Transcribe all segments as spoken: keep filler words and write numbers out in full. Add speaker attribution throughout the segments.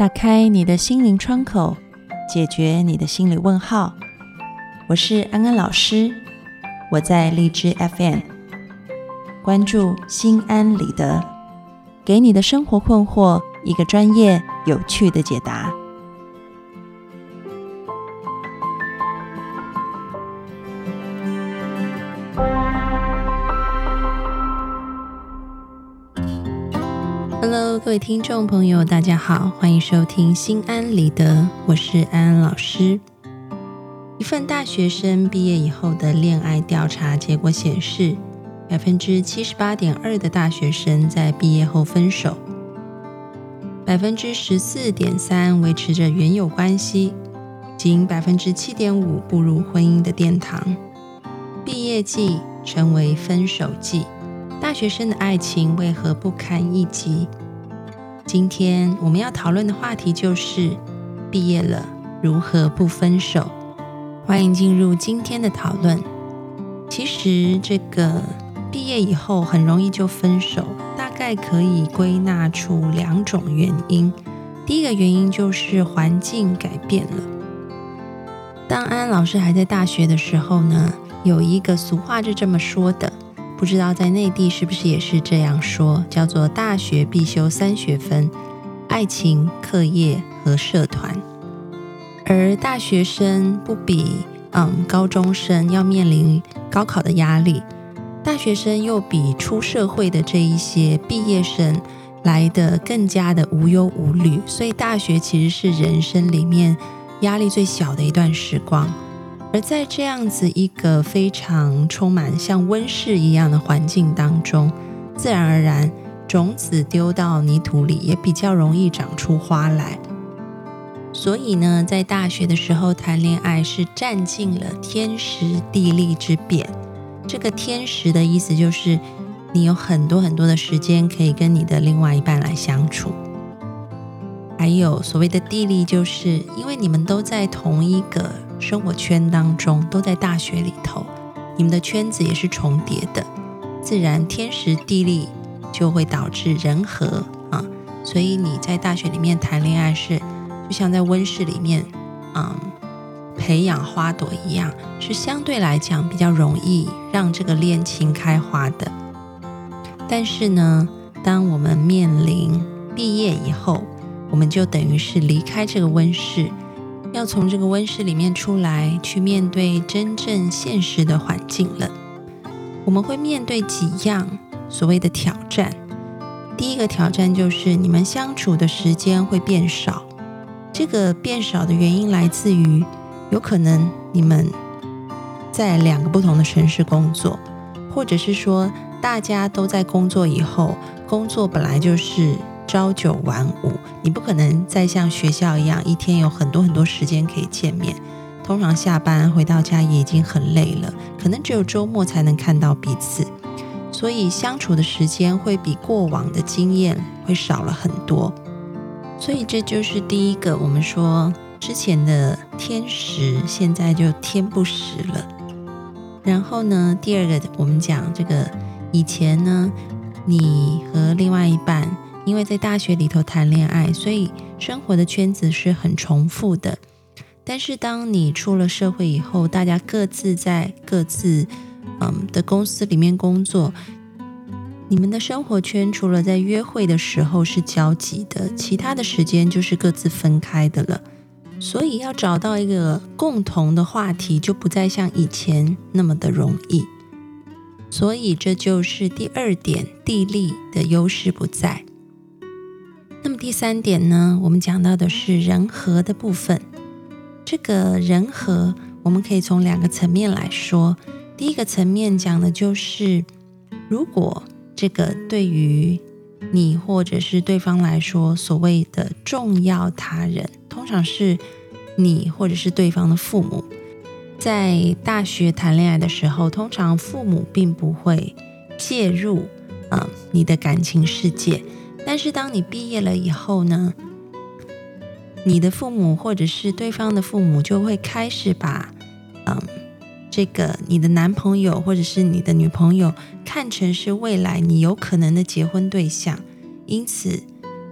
Speaker 1: 打开你的心灵窗口，解决你的心理问号。我是安安老师，我在荔枝 F M， 关注心安理得，给你的生活困惑一个专业有趣的解答。Hello， 各位听众朋友，大家好，欢迎收听心安理得，我是安安老师。一份大学生毕业以后的恋爱调查结果显示， 百分之七十八点二 的大学生在毕业后分手， 百分之十四点三 维持着原有关系，仅 百分之七点五 步入婚姻的殿堂。毕业季成为分手季，大学生的爱情为何不堪一击？今天我们要讨论的话题就是毕业了如何不分手。欢迎进入今天的讨论。其实这个毕业以后很容易就分手，大概可以归纳出两种原因。第一个原因就是环境改变了。当安安老师还在大学的时候呢，有一个俗话是这么说的，不知道在内地是不是也是这样说，叫做大学必修三学分：爱情、课业和社团。而大学生不比嗯高中生要面临高考的压力，大学生又比出社会的这一些毕业生来得更加的无忧无虑，所以大学其实是人生里面压力最小的一段时光。而在这样子一个非常充满像温室一样的环境当中，自然而然种子丢到泥土里也比较容易长出花来。所以呢，在大学的时候谈恋爱是占尽了天时地利之便。这个天时的意思就是你有很多很多的时间可以跟你的另外一半来相处，还有所谓的地利，就是因为你们都在同一个生活圈当中，都在大学里头，你们的圈子也是重叠的，自然天时地利就会导致人和啊。所以你在大学里面谈恋爱是就像在温室里面嗯，培养花朵一样，是相对来讲比较容易让这个恋情开花的。但是呢，当我们面临毕业以后，我们就等于是离开这个温室，要从这个温室里面出来，去面对真正现实的环境了。我们会面对几样所谓的挑战。第一个挑战就是你们相处的时间会变少，这个变少的原因来自于有可能你们在两个不同的城市工作，或者是说大家都在工作以后，工作本来就是朝九晚五，你不可能再像学校一样一天有很多很多时间可以见面，通常下班回到家也已经很累了，可能只有周末才能看到彼此，所以相处的时间会比过往的经验会少了很多。所以这就是第一个，我们说之前的天时现在就天不时了。然后呢，第二个我们讲这个以前呢，你和另外一半因为在大学里头谈恋爱，所以生活的圈子是很重复的。但是当你出了社会以后，大家各自在各自、嗯、的公司里面工作，你们的生活圈除了在约会的时候是交集的，其他的时间就是各自分开的了。所以要找到一个共同的话题，就不再像以前那么的容易。所以这就是第二点，地利的优势不在。那么第三点呢，我们讲到的是人和的部分。这个人和我们可以从两个层面来说。第一个层面讲的就是如果这个对于你或者是对方来说所谓的重要他人，通常是你或者是对方的父母。在大学谈恋爱的时候，通常父母并不会介入、呃、你的感情世界，但是当你毕业了以后呢，你的父母或者是对方的父母就会开始把嗯这个你的男朋友或者是你的女朋友看成是未来你有可能的结婚对象，因此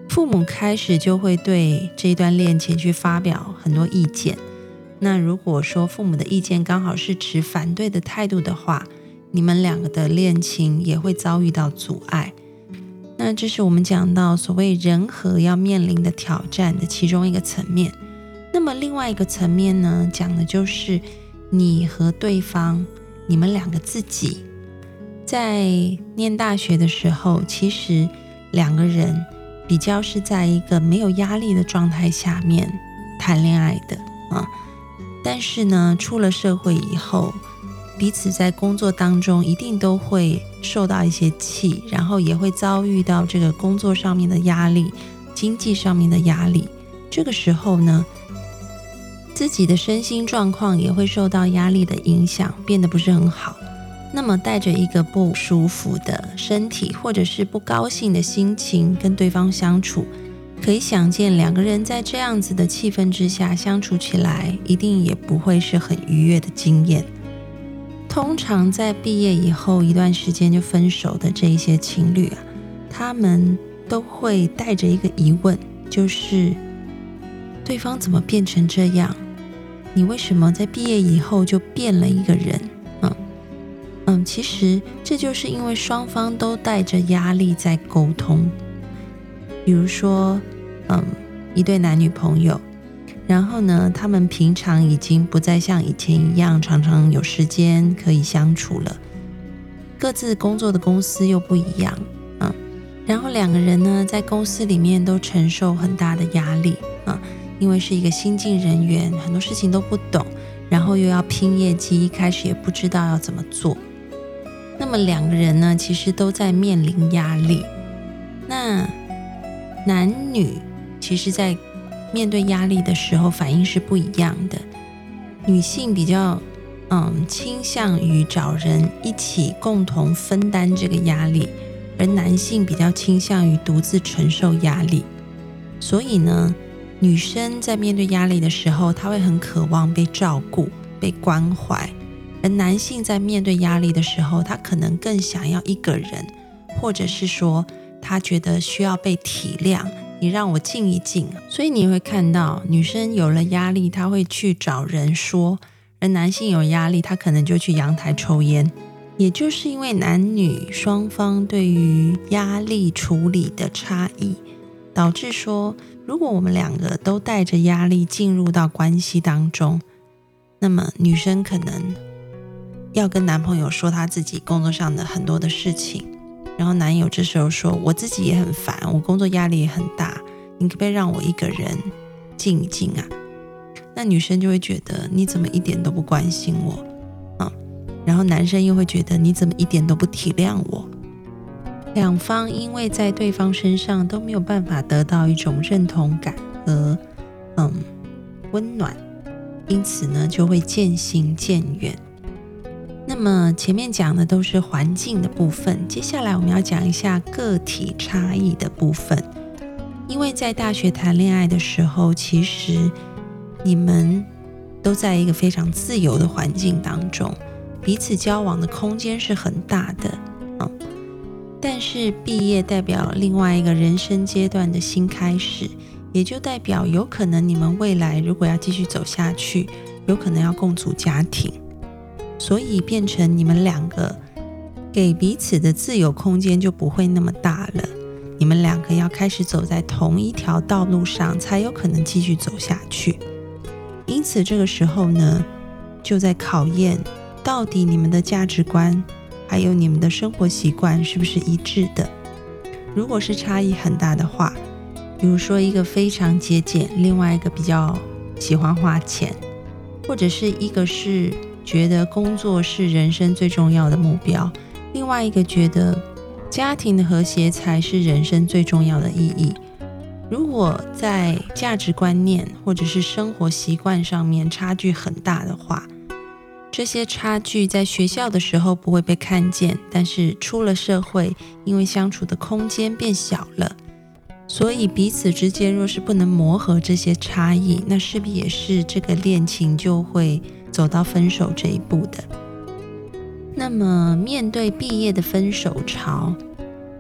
Speaker 1: 父母开始就会对这一段恋情去发表很多意见。那如果说父母的意见刚好是持反对的态度的话，你们两个的恋情也会遭遇到阻碍。那这是我们讲到所谓人和要面临的挑战的其中一个层面。那么另外一个层面呢，讲的就是你和对方，你们两个自己在念大学的时候，其实两个人比较是在一个没有压力的状态下面谈恋爱的啊。但是呢，出了社会以后，彼此在工作当中一定都会受到一些气，然后也会遭遇到这个工作上面的压力，经济上面的压力。这个时候呢，自己的身心状况也会受到压力的影响，变得不是很好。那么带着一个不舒服的身体或者是不高兴的心情跟对方相处，可以想见两个人在这样子的气氛之下相处起来，一定也不会是很愉悦的经验。通常在毕业以后一段时间就分手的这一些情侣啊，他们都会带着一个疑问，就是对方怎么变成这样？你为什么在毕业以后就变了一个人？嗯嗯，其实这就是因为双方都带着压力在沟通。比如说，嗯，一对男女朋友，然后呢，他们平常已经不再像以前一样常常有时间可以相处了，各自工作的公司又不一样，嗯，然后两个人呢，在公司里面都承受很大的压力啊，因为是一个新进人员，很多事情都不懂，然后又要拼业绩，一开始也不知道要怎么做。那么两个人呢，其实都在面临压力。那男女其实在面对压力的时候反应是不一样的。女性比较嗯倾向于找人一起共同分担这个压力，而男性比较倾向于独自承受压力。所以呢，女生在面对压力的时候，她会很渴望被照顾、被关怀。而男性在面对压力的时候，他可能更想要一个人，或者是说他觉得需要被体谅，你让我静一静。所以你会看到女生有了压力，她会去找人说，而男性有压力，他可能就去阳台抽烟。也就是因为男女双方对于压力处理的差异，导致说如果我们两个都带着压力进入到关系当中，那么女生可能要跟男朋友说他自己工作上的很多的事情，然后男友这时候说，我自己也很烦，我工作压力也很大，你可不可以让我一个人静一静啊？那女生就会觉得你怎么一点都不关心我、嗯、然后男生又会觉得你怎么一点都不体谅我。两方因为在对方身上都没有办法得到一种认同感和嗯温暖，因此呢就会渐行渐远。那么前面讲的都是环境的部分，接下来我们要讲一下个体差异的部分。因为在大学谈恋爱的时候，其实你们都在一个非常自由的环境当中，彼此交往的空间是很大的、嗯、但是毕业代表另外一个人生阶段的新开始，也就代表有可能你们未来如果要继续走下去，有可能要共组家庭，所以变成你们两个给彼此的自由空间就不会那么大了，你们两个要开始走在同一条道路上，才有可能继续走下去。因此这个时候呢，就在考验到底你们的价值观还有你们的生活习惯是不是一致的。如果是差异很大的话，比如说一个非常节俭，另外一个比较喜欢花钱，或者是一个是觉得工作是人生最重要的目标，另外一个觉得家庭的和谐才是人生最重要的意义。如果在价值观念或者是生活习惯上面差距很大的话，这些差距在学校的时候不会被看见，但是出了社会，因为相处的空间变小了，所以彼此之间若是不能磨合这些差异，那势必也是这个恋情就会走到分手这一步的。那么面对毕业的分手潮，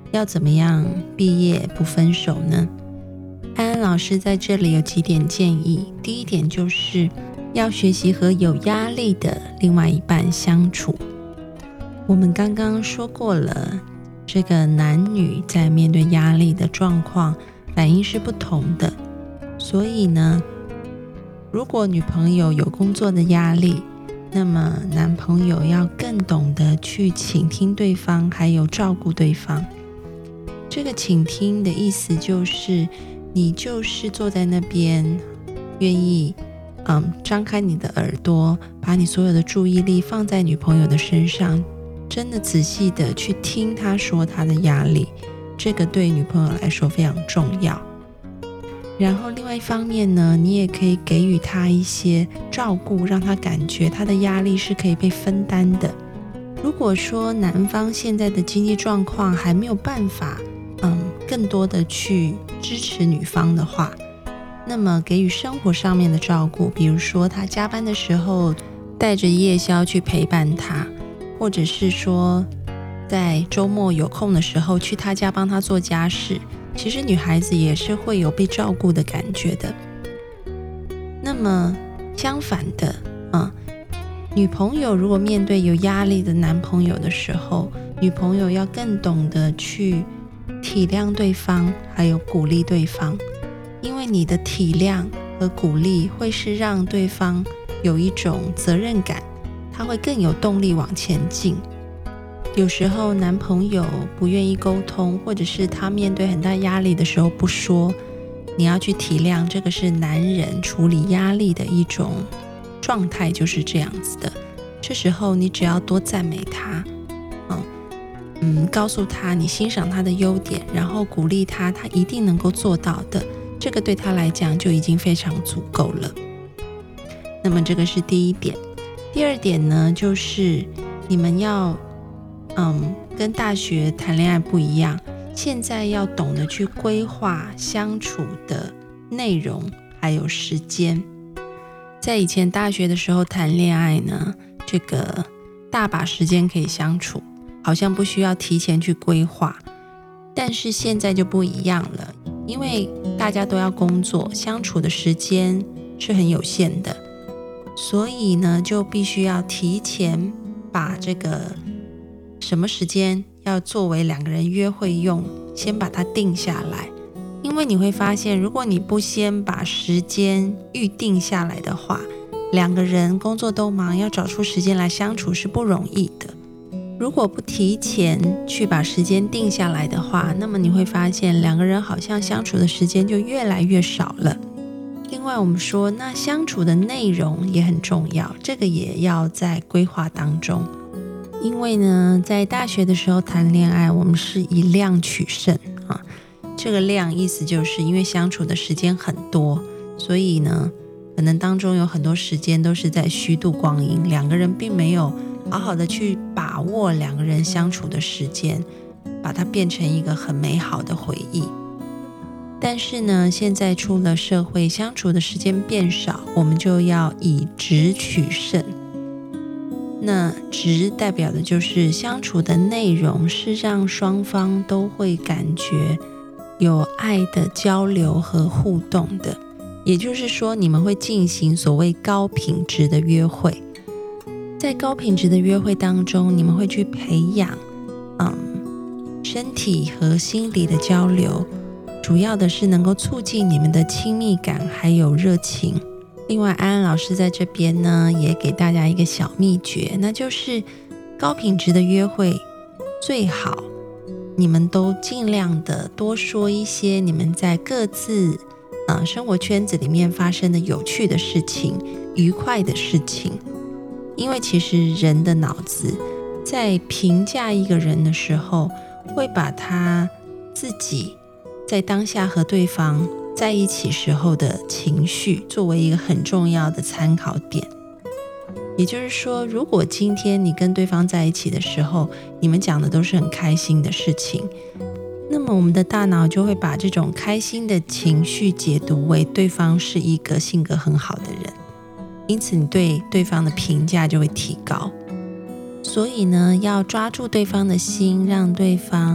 Speaker 1: 要怎么样毕业不分手呢？安安老师在这里有几点建议。第一点就是要学习和有压力的另外一半相处。我们刚刚说过了，这个男女在面对压力的状况反应是不同的，所以呢，如果女朋友有工作的压力，那么男朋友要更懂得去倾听对方，还有照顾对方。这个倾听的意思就是，你就是坐在那边，愿意嗯，张开你的耳朵，把你所有的注意力放在女朋友的身上，真的仔细的去听她说她的压力，这个对女朋友来说非常重要。然后另外一方面呢，你也可以给予她一些照顾，让她感觉她的压力是可以被分担的。如果说男方现在的经济状况还没有办法嗯，更多的去支持女方的话，那么给予生活上面的照顾，比如说他加班的时候带着夜宵去陪伴他，或者是说在周末有空的时候去他家帮他做家事，其实女孩子也是会有被照顾的感觉的。那么相反的啊，女朋友如果面对有压力的男朋友的时候，女朋友要更懂得去体谅对方，还有鼓励对方。因为你的体谅和鼓励会是让对方有一种责任感，他会更有动力往前进。有时候男朋友不愿意沟通，或者是他面对很大压力的时候不说，你要去体谅，这个是男人处理压力的一种状态，就是这样子的。这时候你只要多赞美他，嗯嗯，告诉他你欣赏他的优点，然后鼓励他，他一定能够做到的，这个对他来讲就已经非常足够了。那么这个是第一点。第二点呢，就是你们要嗯，跟大学谈恋爱不一样，现在要懂得去规划相处的内容还有时间。在以前大学的时候谈恋爱呢，这个大把时间可以相处，好像不需要提前去规划。但是现在就不一样了，因为大家都要工作，相处的时间是很有限的，所以呢，就必须要提前把这个什么时间要作为两个人约会用，先把它定下来。因为你会发现，如果你不先把时间预定下来的话，两个人工作都忙，要找出时间来相处是不容易的。如果不提前去把时间定下来的话，那么你会发现两个人好像相处的时间就越来越少了。另外我们说，那相处的内容也很重要，这个也要在规划当中。因为呢，在大学的时候谈恋爱，我们是以量取胜啊。这个量意思就是因为相处的时间很多，所以呢，可能当中有很多时间都是在虚度光阴，两个人并没有好好的去把握两个人相处的时间，把它变成一个很美好的回忆。但是呢，现在出了社会，相处的时间变少，我们就要以质取胜。那质代表的就是相处的内容是让双方都会感觉有爱的交流和互动的，也就是说你们会进行所谓高品质的约会。在高品质的约会当中，你们会去培养嗯，身体和心理的交流，主要的是能够促进你们的亲密感还有热情。另外安安老师在这边呢，也给大家一个小秘诀，那就是高品质的约会最好你们都尽量的多说一些你们在各自、呃、生活圈子里面发生的有趣的事情、愉快的事情。因为其实人的脑子在评价一个人的时候，会把他自己在当下和对方在一起时候的情绪作为一个很重要的参考点。也就是说，如果今天你跟对方在一起的时候，你们讲的都是很开心的事情，那么我们的大脑就会把这种开心的情绪解读为对方是一个性格很好的人，因此你对对方的评价就会提高。所以呢，要抓住对方的心，让对方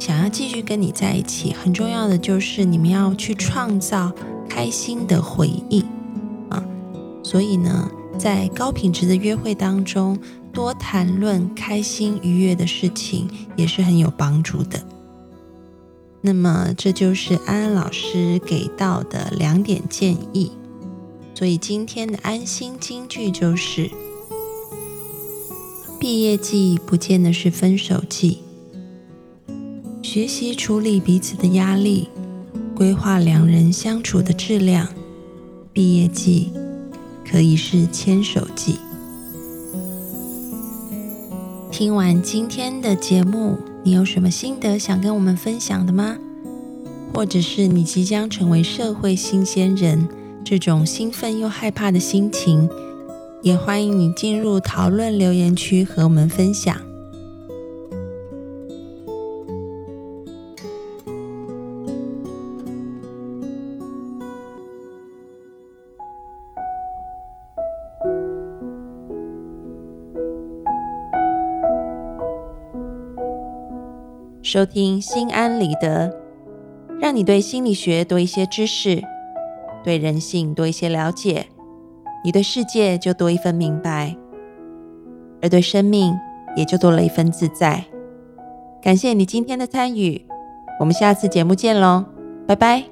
Speaker 1: 想要继续跟你在一起，很重要的就是你们要去创造开心的回忆啊。所以呢，在高品质的约会当中，多谈论开心愉悦的事情也是很有帮助的。那么这就是安安老师给到的两点建议。所以今天的安心金句就是：毕业季不见得是分手季，学习处理彼此的压力，规划两人相处的质量，毕业季可以是牵手季。听完今天的节目，你有什么心得想跟我们分享的吗？或者是你即将成为社会新鲜人，这种兴奋又害怕的心情，也欢迎你进入讨论留言区和我们分享。收听心安理得，让你对心理学多一些知识，对人性多一些了解，你对世界就多一份明白，而对生命也就多了一份自在。感谢你今天的参与，我们下次节目见咯，拜拜。